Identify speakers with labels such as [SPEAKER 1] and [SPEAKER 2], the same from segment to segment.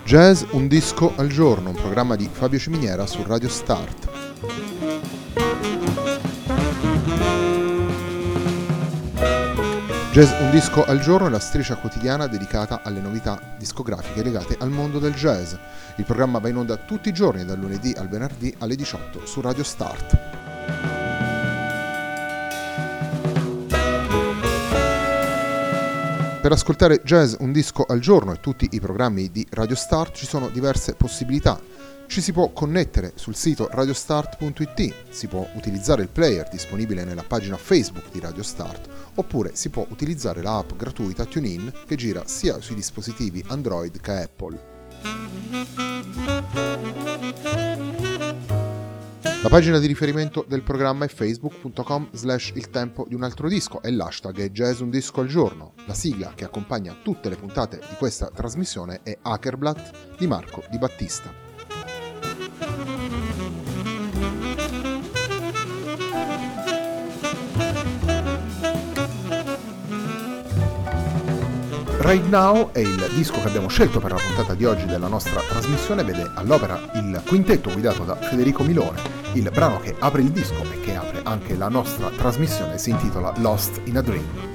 [SPEAKER 1] Jazz un disco al giorno, un programma di Fabio Ciminiera su Radio Start. Jazz un disco al giorno è la striscia quotidiana dedicata alle novità discografiche legate al mondo del jazz. Il programma va in onda tutti i giorni, dal lunedì al venerdì alle 18 su Radio Start. Per ascoltare Jazz un disco al giorno e tutti i programmi di Radio Start ci sono diverse possibilità. Ci si può connettere sul sito radiostart.it, si può utilizzare il player disponibile nella pagina Facebook di Radio Start, oppure si può utilizzare la app gratuita TuneIn che gira sia sui dispositivi Android che Apple. La pagina di riferimento del programma è facebook.com/il tempo di un altro disco e l'hashtag è Jazz un disco al giorno. La sigla che accompagna tutte le puntate di questa trasmissione è Hackerblatt di Marco Di Battista. Right Now è il disco che abbiamo scelto per la puntata di oggi della nostra trasmissione, vede all'opera il quintetto guidato da Federico Milone. Il brano che apre il disco e che apre anche la nostra trasmissione si intitola Lost in a Dream.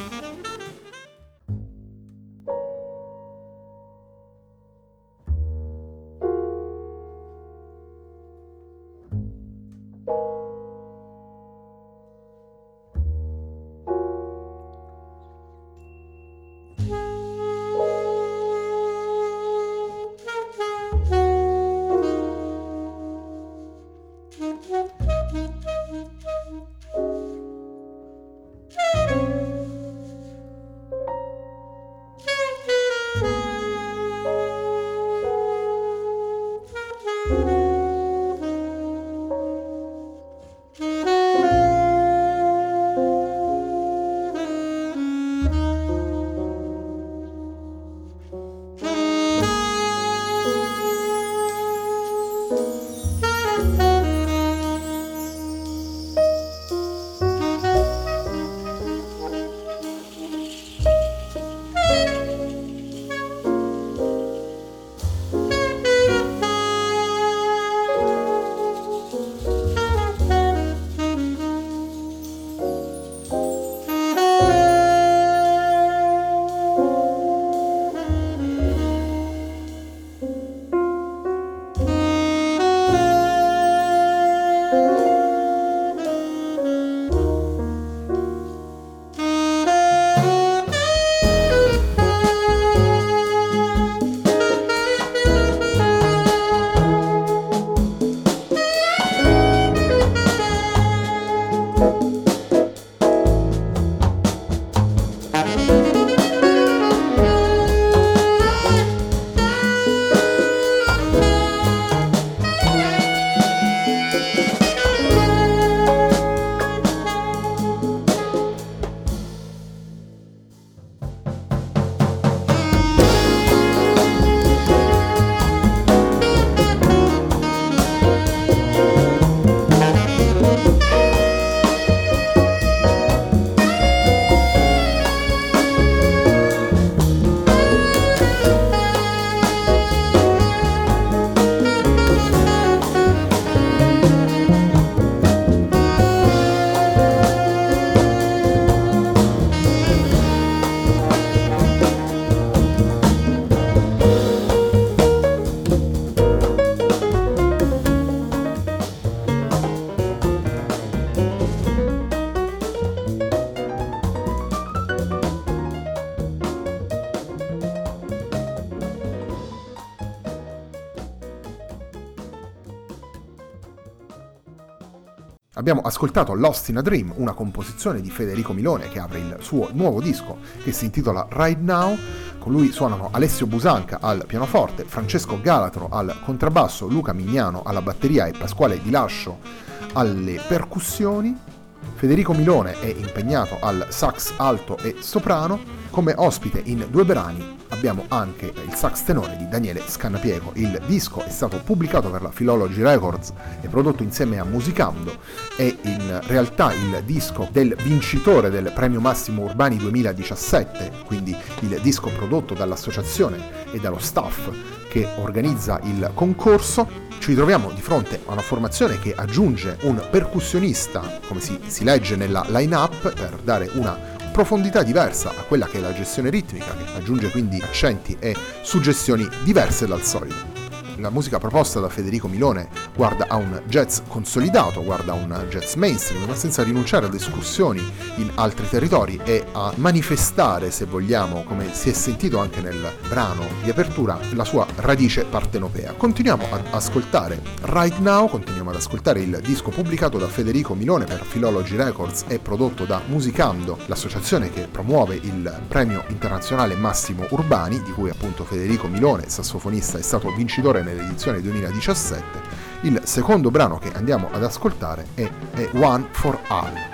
[SPEAKER 1] Abbiamo ascoltato Lost in a Dream, una composizione di Federico Milone che apre il suo nuovo disco che si intitola Right Now. Con lui suonano Alessio Busanca al pianoforte, Francesco Galatro al contrabbasso, Luca Mignano alla batteria e Pasquale Di Lascio alle percussioni. Federico Milone è impegnato al sax alto e soprano,
[SPEAKER 2] Come ospite in 2 brani abbiamo anche il sax tenore di Daniele Scannapiego. Il disco è stato pubblicato per la Philology Records e prodotto insieme a Musicando, è in realtà il disco del vincitore del Premio Massimo Urbani 2017, quindi il disco prodotto dall'associazione e dallo staff che organizza il concorso. Ci troviamo di fronte a una formazione che aggiunge un percussionista, come si legge nella line-up, per dare una profondità diversa a quella che è la gestione ritmica, che aggiunge quindi accenti e suggestioni diverse dal solito. La musica proposta da Federico Milone guarda a un jazz consolidato, guarda a un jazz mainstream, ma senza rinunciare ad escursioni in altri territori e a manifestare, se vogliamo, come si è sentito anche nel brano di apertura, la sua radice partenopea. Continuiamo ad ascoltare Right Now, continuiamo ad ascoltare il disco pubblicato da Federico Milone per Philology Records e prodotto da Musicando, l'associazione che promuove il premio internazionale Massimo Urbani, di cui appunto Federico Milone, sassofonista, è stato vincitore nell'edizione 2017. Il secondo brano che andiamo ad ascoltare è One for All.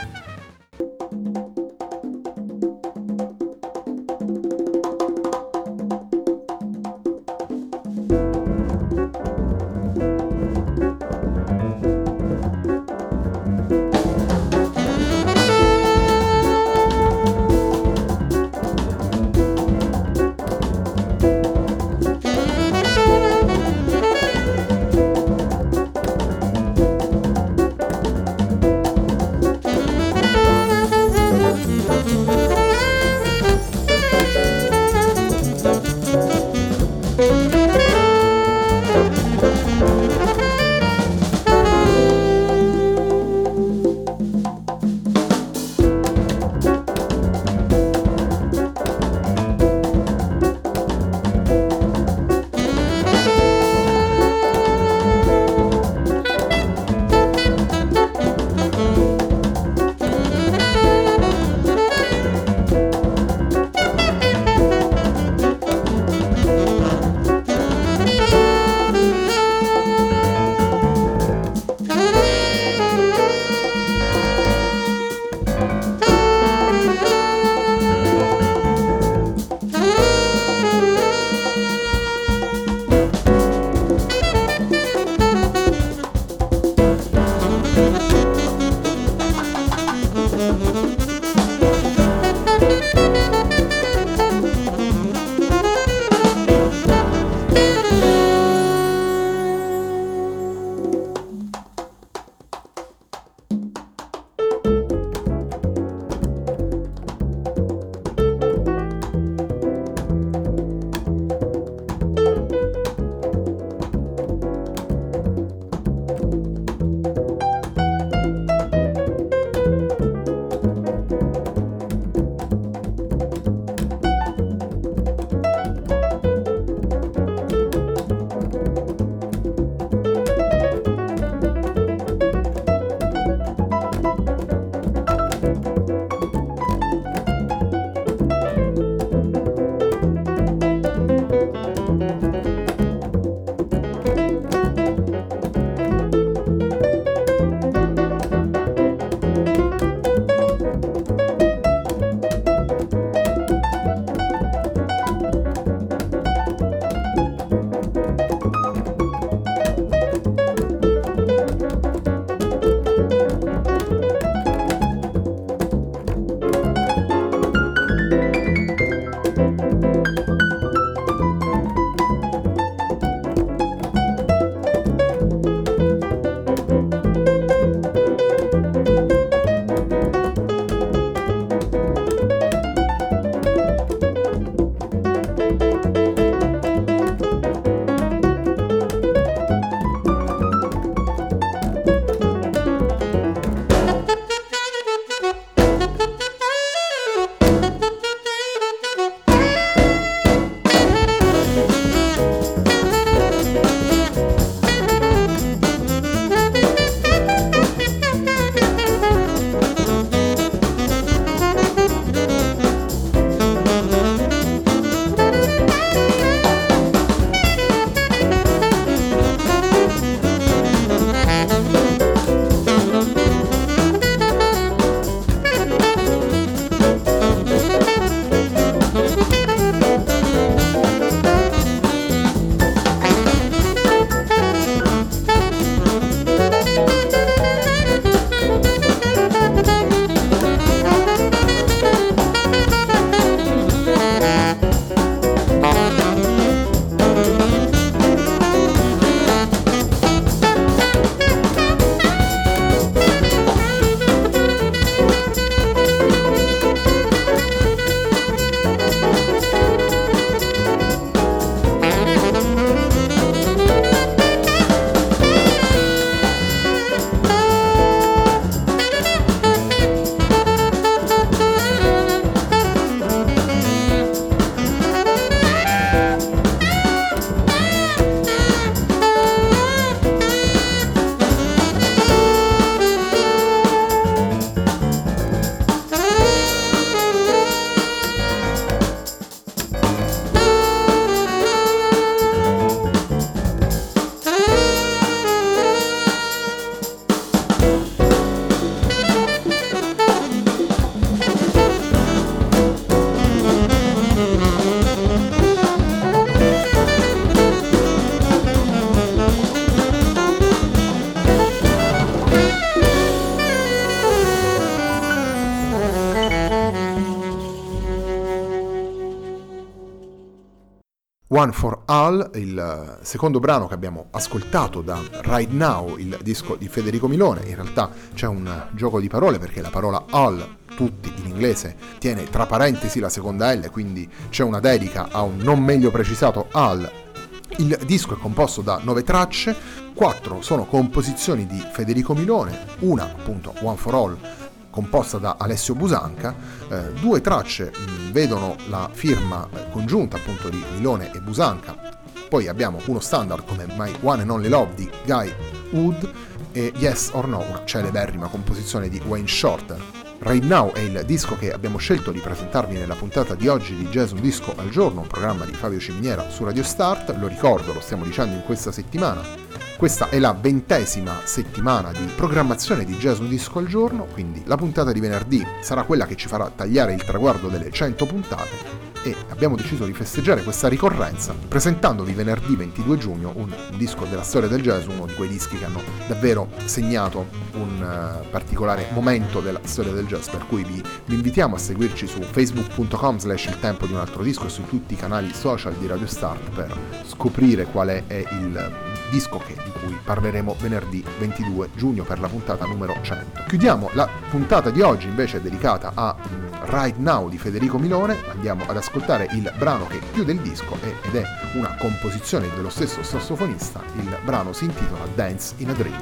[SPEAKER 2] One for All, il secondo brano che abbiamo ascoltato da Right Now, il disco di Federico Milone. In realtà c'è un gioco di parole perché la parola all, tutti in inglese, tiene tra parentesi la seconda L, quindi c'è una dedica a un non meglio precisato all. Il disco è composto da 9 tracce, 4 sono composizioni di Federico Milone, una appunto One for All composta da Alessio Busanca, 2 tracce vedono la firma congiunta appunto di Milone e Busanca, poi abbiamo uno standard come My One and Only Love di Guy Wood e Yes or No, una celeberrima composizione di Wayne Shorter. Right Now è il disco che abbiamo scelto di presentarvi nella puntata di oggi di Jazz Un Disco al Giorno, un programma di Fabio Ciminiera su Radio Start. Lo ricordo, lo stiamo dicendo in questa settimana. Questa è la 20ª settimana di programmazione di Jazz Un Disco al Giorno, quindi la puntata di venerdì sarà quella che ci farà tagliare il traguardo delle 100 puntate e abbiamo deciso di festeggiare questa ricorrenza presentandovi venerdì 22 giugno un disco della storia del jazz, uno di quei dischi che hanno davvero segnato un particolare momento della storia del jazz, per cui vi invitiamo a seguirci su facebook.com/il tempo di un altro disco e su tutti i canali social di Radio Start per scoprire qual è il disco di cui parleremo venerdì 22 giugno per la puntata numero 100. Chiudiamo la puntata di oggi invece dedicata a Right Now di Federico Milone, andiamo ad ascoltare il brano che chiude il disco ed è una composizione dello stesso sassofonista, il brano si intitola Dance in a Dream.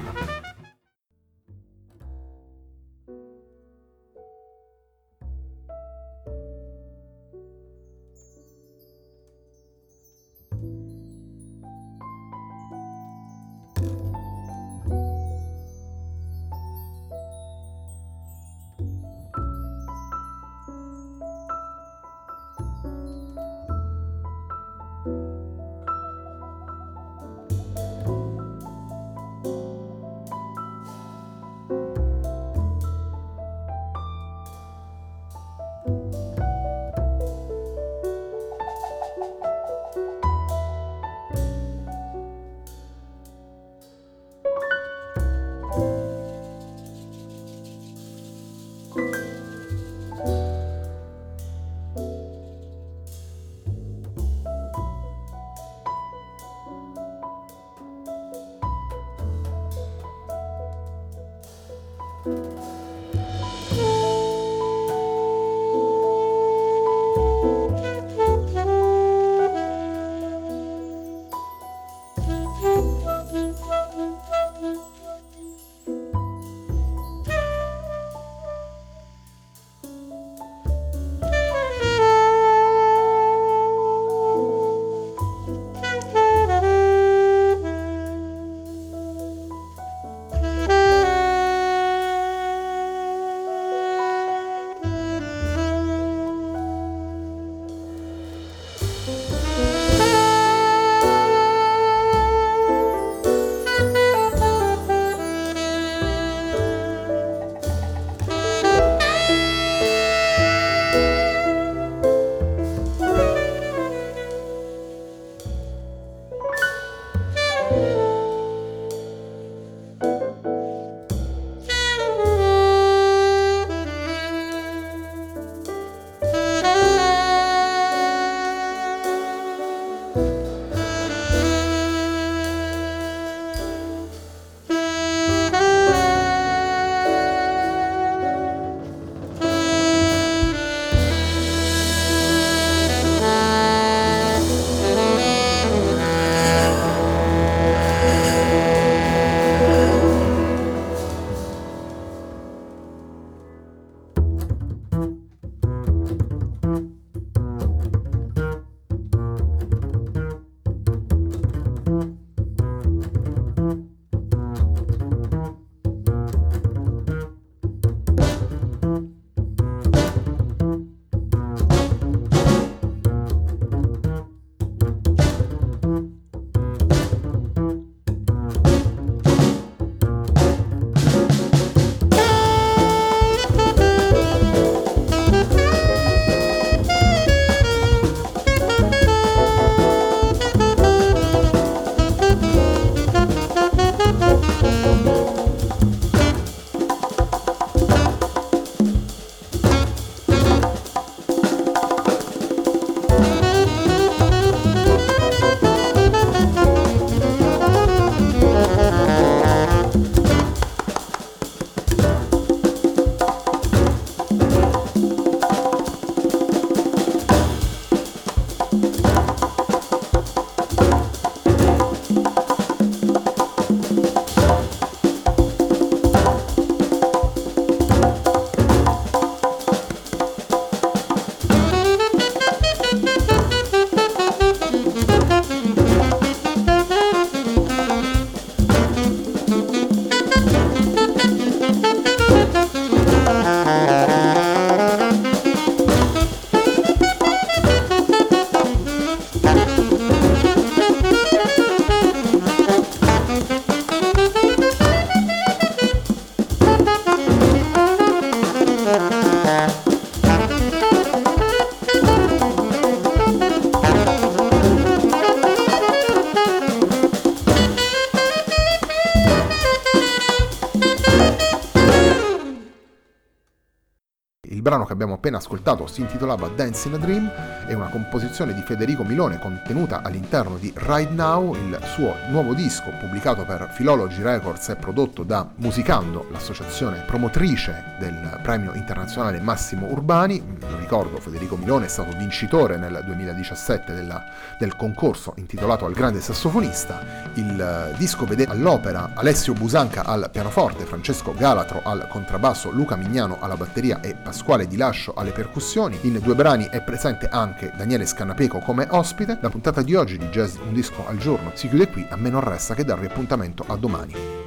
[SPEAKER 2] brano che abbiamo appena ascoltato si intitolava Dance in a Dream, è una composizione di Federico Milone contenuta all'interno di Right Now, il suo nuovo disco pubblicato per Philology Records e prodotto da Musicando, l'associazione promotrice del premio internazionale Massimo Urbani. Lo ricordo, Federico Milone è stato vincitore nel 2017 del concorso intitolato Al grande sassofonista. Il disco vede all'opera Alessio Busanca al pianoforte, Francesco Galatro al contrabbasso, Luca Mignano alla batteria e Pasquale Di Lascio alle percussioni. In 2 brani è presente anche Daniele Scannapeco come ospite. La puntata di oggi di Jazz Un Disco al Giorno si chiude qui, a me non resta che darvi appuntamento a domani.